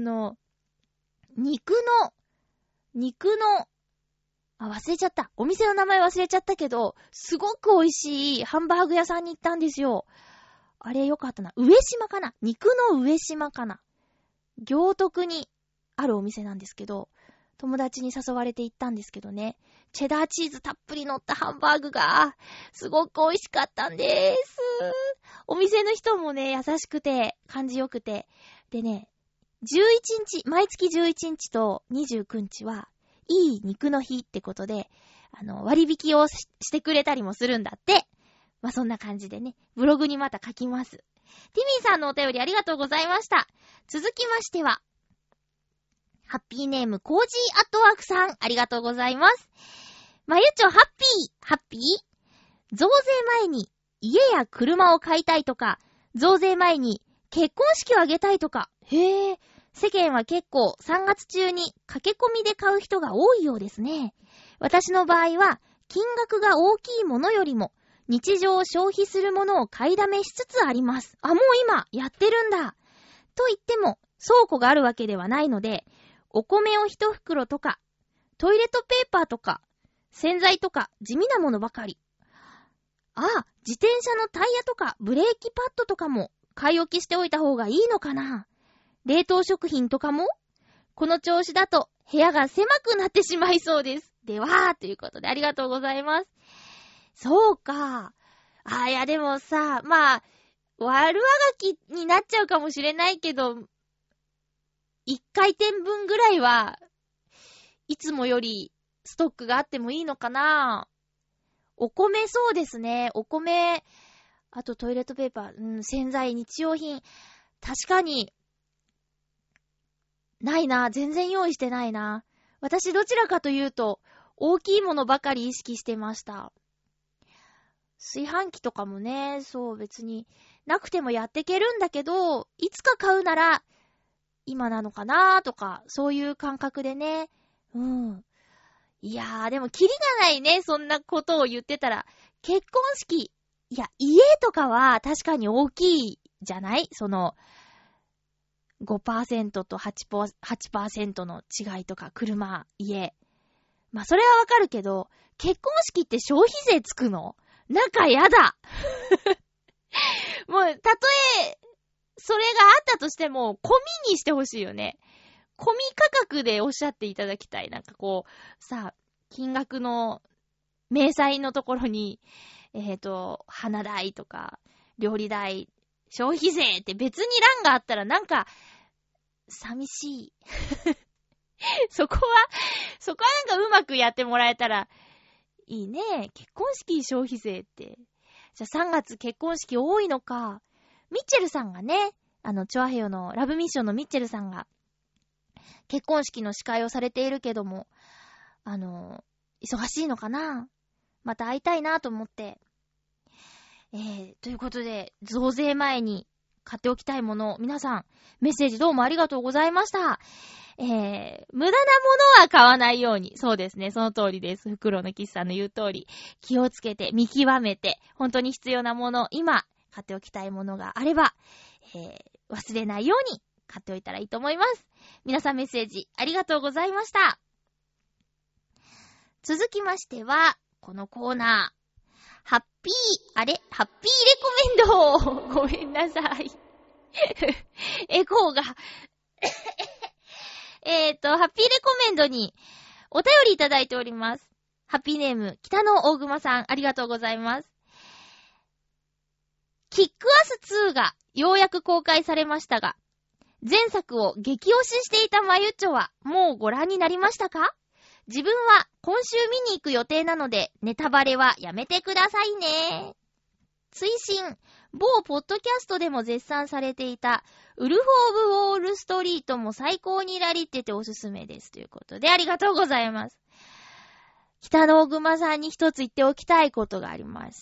肉の、忘れちゃった。お店の名前忘れちゃったけど、すごく美味しいハンバーグ屋さんに行ったんですよ。あれよかったな。上島かな？肉の上島かな？行徳にあるお店なんですけど、友達に誘われて行ったんですけどね、チェダーチーズたっぷり乗ったハンバーグがすごく美味しかったんです。お店の人もね、優しくて感じよくて、でね、毎月11日と29日はいい肉の日ってことで、割引をしてくれたりもするんだって。まあ、そんな感じでね、ブログにまた書きます。ティミーさんのお便りありがとうございました。続きましては、ハッピーネームコージーアットワークさん、ありがとうございます。まゆちょハッピー増税前に家や車を買いたいとか、増税前に結婚式を挙げたいとか、へぇ、世間は結構3月中に駆け込みで買う人が多いようですね。私の場合は金額が大きいものよりも日常を消費するものを買いだめしつつあります。もう今やってるんだ。と言っても倉庫があるわけではないので、お米を一袋とか、トイレットペーパーとか、洗剤とか地味なものばかり。自転車のタイヤとかブレーキパッドとかも買い置きしておいた方がいいのかな。冷凍食品とかもこの調子だと部屋が狭くなってしまいそうです。では、ということでありがとうございます。そうか。いやでもさ、まあ、悪あがきになっちゃうかもしれないけど、1回転分ぐらいはいつもよりストックがあってもいいのかな。お米そうですね。お米、あとトイレットペーパー、洗剤、日用品。確かに、ないな。全然用意してないな。私どちらかというと、大きいものばかり意識してました。炊飯器とかもね、そう別になくてもやっていけるんだけど、いつか買うなら、今なのかなとか、そういう感覚でね。いやー、でもキリがないね、そんなことを言ってたら。結婚式、いや、家とかは確かに大きいじゃない？その、5% と 8% の違いとか、車、家。まあ、それはわかるけど、結婚式って消費税つくの？なんかやだもう、たとえ、それがあったとしても、込みにしてほしいよね。込み価格でおっしゃっていただきたい。なんかこう、さ、金額の明細のところに、花代とか、料理代、消費税って別に欄があったらなんか、寂しい。そこはなんかうまくやってもらえたらいいね。結婚式消費税って。じゃあ3月結婚式多いのか。ミッチェルさんがね、チョアヘヨのラブミッションのミッチェルさんが、結婚式の司会をされているけども、忙しいのかな？また会いたいなと思って。ということで、増税前に買っておきたいもの、皆さん、メッセージどうもありがとうございました。無駄なものは買わないように。そうですね、その通りです。袋のキスさんの言う通り、気をつけて、見極めて、本当に必要なもの、今、買っておきたいものがあれば、忘れないように買っておいたらいいと思います。皆さんメッセージありがとうございました。続きましては、このコーナー。ハッピーレコメンドごめんなさい。エコーが。ハッピーレコメンドにお便りいただいております。ハッピーネーム、北野大熊さん、ありがとうございます。キックアス2がようやく公開されましたが、前作を激推ししていたまゆっちょはもうご覧になりましたか？自分は今週見に行く予定なのでネタバレはやめてくださいね。追伸、 某ポッドキャストでも絶賛されていたウルフ・オブ・ウォール・ストリートも最高にラリってておすすめですということで、ありがとうございます。北の大熊さんに一つ言っておきたいことがあります。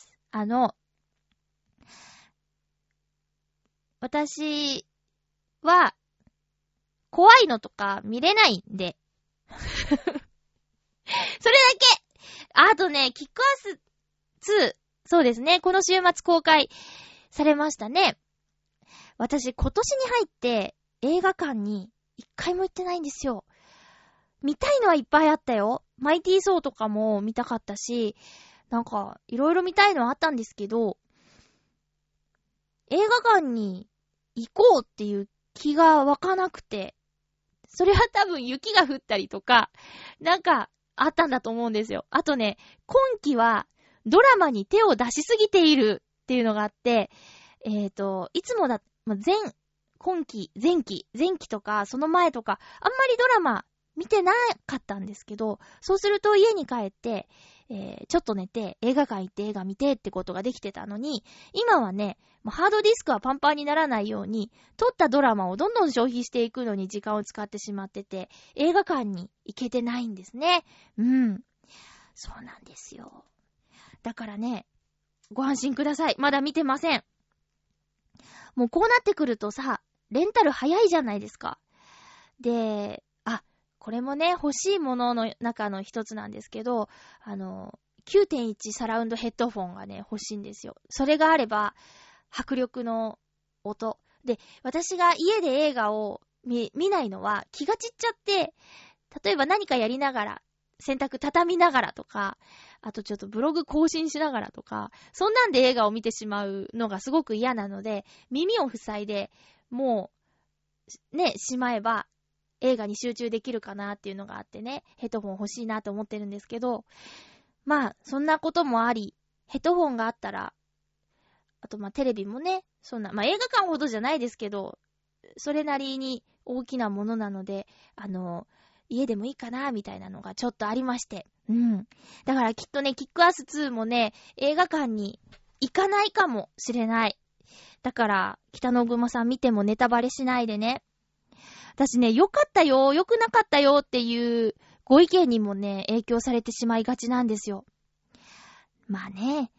私は怖いのとか見れないんでそれだけ。あとね、キックアス2、そうですね、この週末公開されましたね。私今年に入って映画館に一回も行ってないんですよ。見たいのはいっぱいあったよ。マイティーソーとかも見たかったし、なんかいろいろ見たいのはあったんですけど、映画館に行こうっていう気が湧かなくて、それは多分雪が降ったりとか、なんかあったんだと思うんですよ。あとね、今期はドラマに手を出しすぎているっていうのがあって、いつもだ、今期、前期とか、その前とか、あんまりドラマ見てなかったんですけど、そうすると家に帰って、ちょっと寝て、映画館行って映画見てってことができてたのに、今はね、もうハードディスクはパンパンにならないように、撮ったドラマをどんどん消費していくのに時間を使ってしまってて、映画館に行けてないんですね。うん。そうなんですよ。だからね、ご安心ください。まだ見てません。もうこうなってくるとさ、レンタル早いじゃないですか。で、これもね、欲しいものの中の一つなんですけど、9.1 サラウンドヘッドフォンがね、欲しいんですよ。それがあれば、迫力の音。で、私が家で映画を見ないのは気が散っちゃって、例えば何かやりながら、洗濯畳みながらとか、あとちょっとブログ更新しながらとか、そんなんで映画を見てしまうのがすごく嫌なので、耳を塞いで、もう、ね、しまえば、映画に集中できるかなっていうのがあってね、ヘッドフォン欲しいなと思ってるんですけど、まあ、そんなこともあり、ヘッドフォンがあったら、あとまあテレビもね、そんな、まあ映画館ほどじゃないですけど、それなりに大きなものなので、家でもいいかなみたいなのがちょっとありまして。うん。だからきっとね、キックアス2もね、映画館に行かないかもしれない。だから、北野熊さん見てもネタバレしないでね。私ね、良かったよ、良くなかったよっていうご意見にもね、影響されてしまいがちなんですよ。まあね。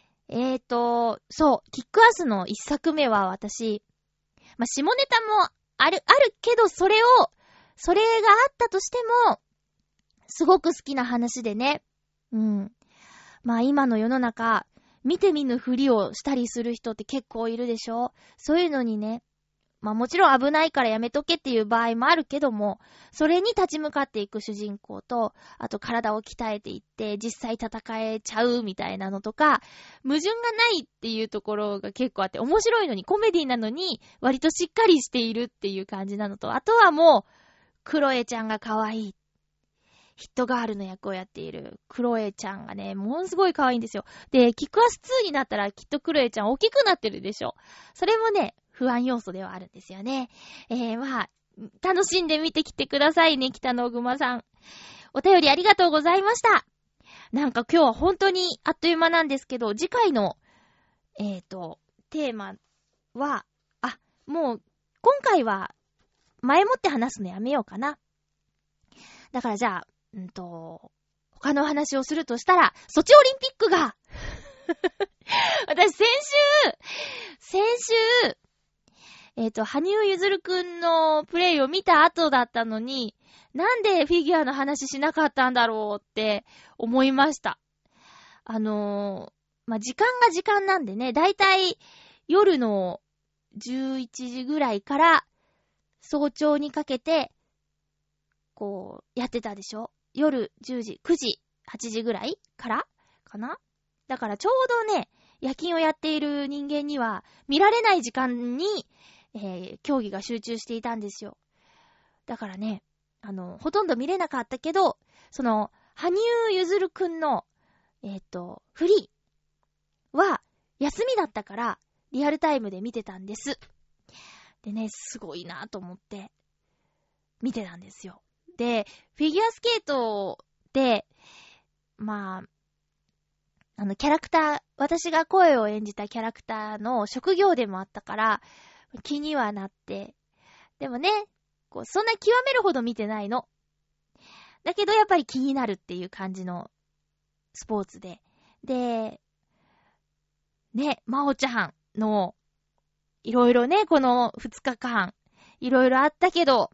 そう、キックアスの一作目は私、まあ、下ネタもあるけど、それがあったとしても、すごく好きな話でね。うん。まあ今の世の中、見て見ぬふりをしたりする人って結構いるでしょ？そういうのにね、まあもちろん危ないからやめとけっていう場合もあるけども、それに立ち向かっていく主人公と、あと体を鍛えていって実際戦えちゃうみたいなのとか、矛盾がないっていうところが結構あって、面白いのにコメディなのに割としっかりしているっていう感じなのと、あとはもう、クロエちゃんが可愛い。ヒットガールの役をやっているクロエちゃんがね、ものすごい可愛いんですよ。で、キックアス2になったらきっとクロエちゃん大きくなってるでしょ。それもね、不安要素ではあるんですよね。まあ、楽しんで見てきてくださいね、北野熊さん。お便りありがとうございました。なんか今日は本当にあっという間なんですけど、次回の、テーマは、もう、今回は、前もって話すのやめようかな。だからじゃあ、他の話をするとしたら、ソチオリンピックが私先週、羽生結弦くんのプレイを見た後だったのに、なんでフィギュアの話しなかったんだろうって思いました。まあ、時間が時間なんでね、だいたい夜の11時ぐらいから早朝にかけて、こう、やってたでしょ？夜10時、9時、8時ぐらいからかな？だからちょうどね、夜勤をやっている人間には見られない時間に、競技が集中していたんですよ。だからね、ほとんど見れなかったけど、その、羽生結弦くんの、フリーは休みだったから、リアルタイムで見てたんです。でね、すごいなと思って、見てたんですよ。で、フィギュアスケートで、まあ、 キャラクター、私が声を演じたキャラクターの職業でもあったから、気にはなって。でもね、そんな極めるほど見てないの。だけどやっぱり気になるっていう感じのスポーツで。で、ね、まおちゃんの、いろいろね、この2日間、いろいろあったけど、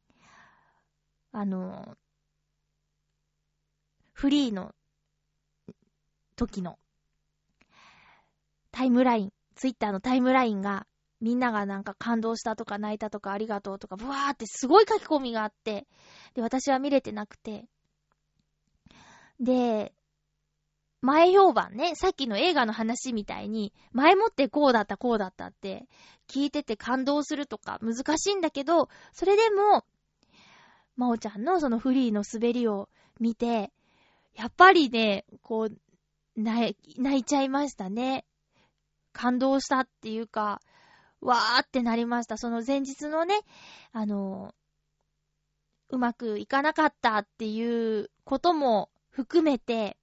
フリーの時のタイムライン、ツイッターのタイムラインが、みんながなんか感動したとか泣いたとかありがとうとかブワーってすごい書き込みがあって、で、私は見れてなくて、で、前評判ね、さっきの映画の話みたいに、前もってこうだったって聞いてて感動するとか難しいんだけど、それでも、まおちゃんのそのフリーの滑りを見て、やっぱりね、泣いちゃいましたね。感動したっていうか、わーってなりました。その前日のね、うまくいかなかったっていうことも含めて、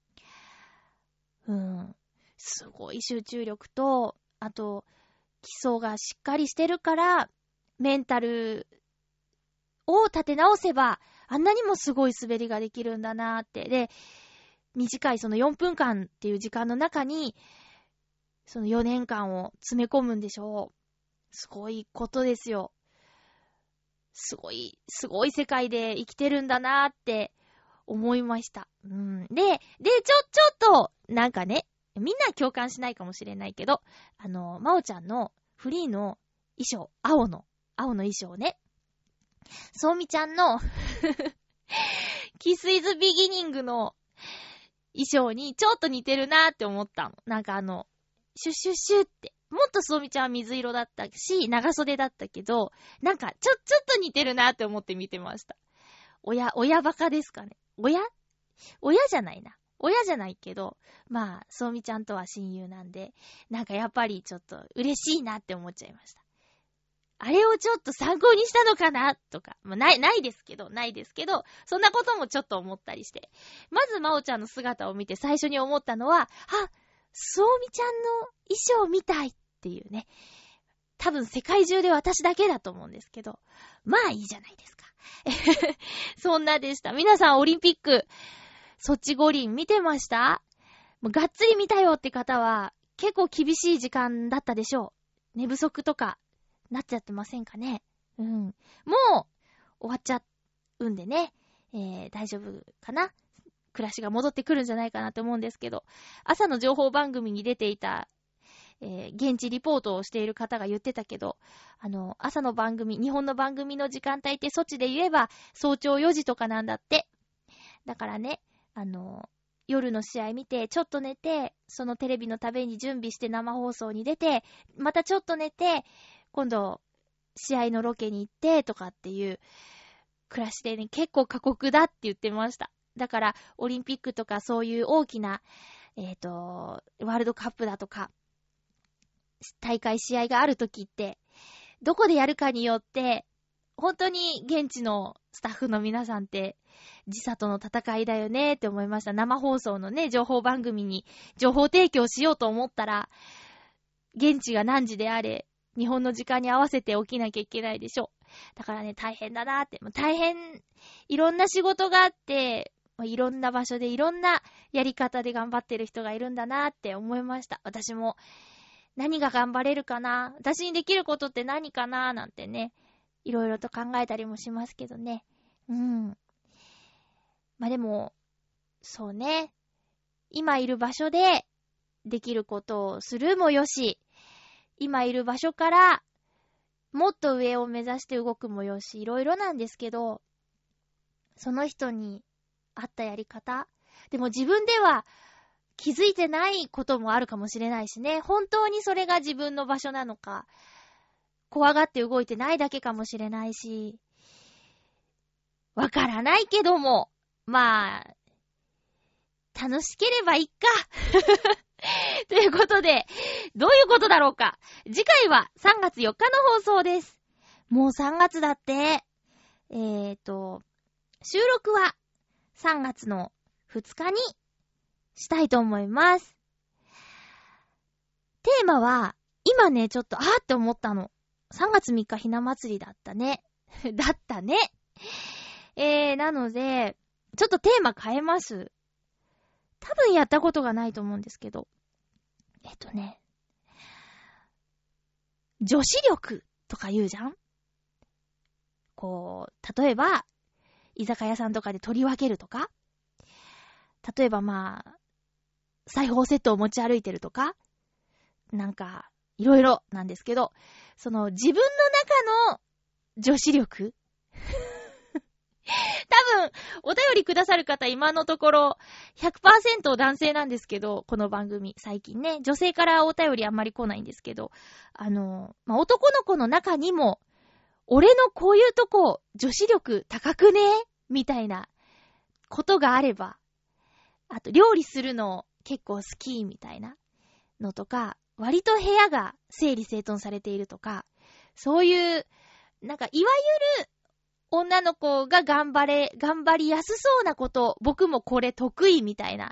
すごい集中力と、あと、基礎がしっかりしてるから、メンタルを立て直せば、あんなにもすごい滑りができるんだなーって。で、短いその4分間っていう時間の中に、その4年間を詰め込むんでしょう。すごいことですよ。すごい世界で生きてるんだなーって思いました。で、ちょっと、なんかね、みんな共感しないかもしれないけど、まおちゃんのフリーの衣装、青の衣装ね。そうみちゃんのキスイズビギニングの衣装にちょっと似てるなーって思ったの。なんかシュッシュッシュって。もっとそうみちゃんは水色だったし、長袖だったけど、なんかちょっと似てるなーって思って見てました。親バカですかね。親じゃないな。親じゃないけど、まあ、そうみちゃんとは親友なんで、なんかやっぱりちょっと嬉しいなって思っちゃいました。あれをちょっと参考にしたのかなとか、まあ、ないですけど、そんなこともちょっと思ったりして。まず、まおちゃんの姿を見て最初に思ったのは、そうみちゃんの衣装みたいっていうね。多分世界中で私だけだと思うんですけど、まあいいじゃないですか。そんなでした。皆さんオリンピック、ソチ五輪見てました？もうがっつり見たよって方は結構厳しい時間だったでしょう。寝不足とかなっちゃってませんかね。もう終わっちゃうんでね、大丈夫かな。暮らしが戻ってくるんじゃないかなと思うんですけど、朝の情報番組に出ていた、現地リポートをしている方が言ってたけど、朝の番組、日本の番組の時間帯ってソチで言えば早朝4時とかなんだって。だからね、夜の試合見て、ちょっと寝て、そのテレビのために準備して生放送に出て、またちょっと寝て、今度、試合のロケに行って、とかっていう暮らしでね、結構過酷だって言ってました。だから、オリンピックとかそういう大きな、ワールドカップだとか、大会試合があるときって、どこでやるかによって、本当に現地のスタッフの皆さんって時差との戦いだよねって思いました。生放送のね、情報番組に情報提供しようと思ったら、現地が何時であれ、日本の時間に合わせて起きなきゃいけないでしょ。だからね、大変だなって。大変、いろんな仕事があって、いろんな場所でいろんなやり方で頑張ってる人がいるんだなって思いました。私も何が頑張れるかな、私にできることって何かななんてね、いろいろと考えたりもしますけどね。まあでも、そうね。今いる場所でできることをするもよし、今いる場所からもっと上を目指して動くもよし、いろいろなんですけど、その人に合ったやり方？でも自分では気づいてないこともあるかもしれないしね。本当にそれが自分の場所なのか、怖がって動いてないだけかもしれないし、わからないけども、まあ、楽しければいいか。ということで、どういうことだろうか。次回は3月4日の放送です。もう3月だって。収録は3月の2日にしたいと思います。テーマは、今ね、ちょっと、って思ったの。3月3日ひな祭りだったね。だったね。なので、ちょっとテーマ変えます。多分やったことがないと思うんですけど。女子力とか言うじゃん？こう、例えば、居酒屋さんとかで取り分けるとか、例えば裁縫セットを持ち歩いてるとか、なんか、いろいろなんですけど、その自分の中の女子力多分、お便りくださる方今のところ 100% 男性なんですけど、この番組、最近ね、女性からお便りあんまり来ないんですけど、男の子の中にも、俺のこういうとこ、女子力高くねみたいなことがあれば、あと、料理するの結構好きみたいなのとか、割と部屋が整理整頓されているとか、そういう、なんか、いわゆる女の子が頑張りやすそうなこと、僕もこれ得意みたいな、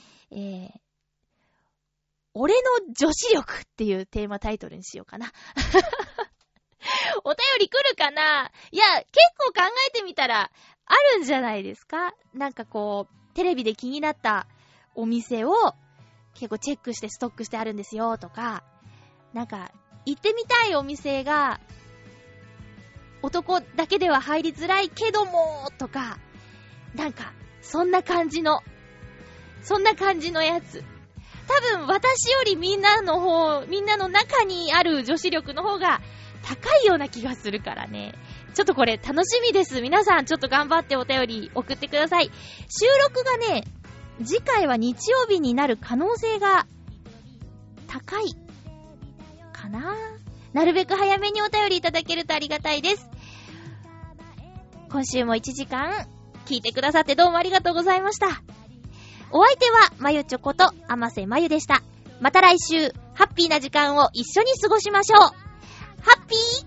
俺の女子力っていうテーマタイトルにしようかな。お便り来るかな？いや、結構考えてみたら、あるんじゃないですか？なんかこう、テレビで気になったお店を結構チェックしてストックしてあるんですよとか、なんか行ってみたいお店が男だけでは入りづらいけどもとか、なんかそんな感じのやつ。多分私よりみんなの中にある女子力の方が高いような気がするからね。ちょっとこれ楽しみです。皆さんちょっと頑張ってお便り送ってください。収録がね、次回は日曜日になる可能性が高いかな。なるべく早めにお便りいただけるとありがたいです。今週も1時間聞いてくださってどうもありがとうございました。お相手はまゆちょこと甘瀬まゆでした。また来週ハッピーな時間を一緒に過ごしましょう。ハッピー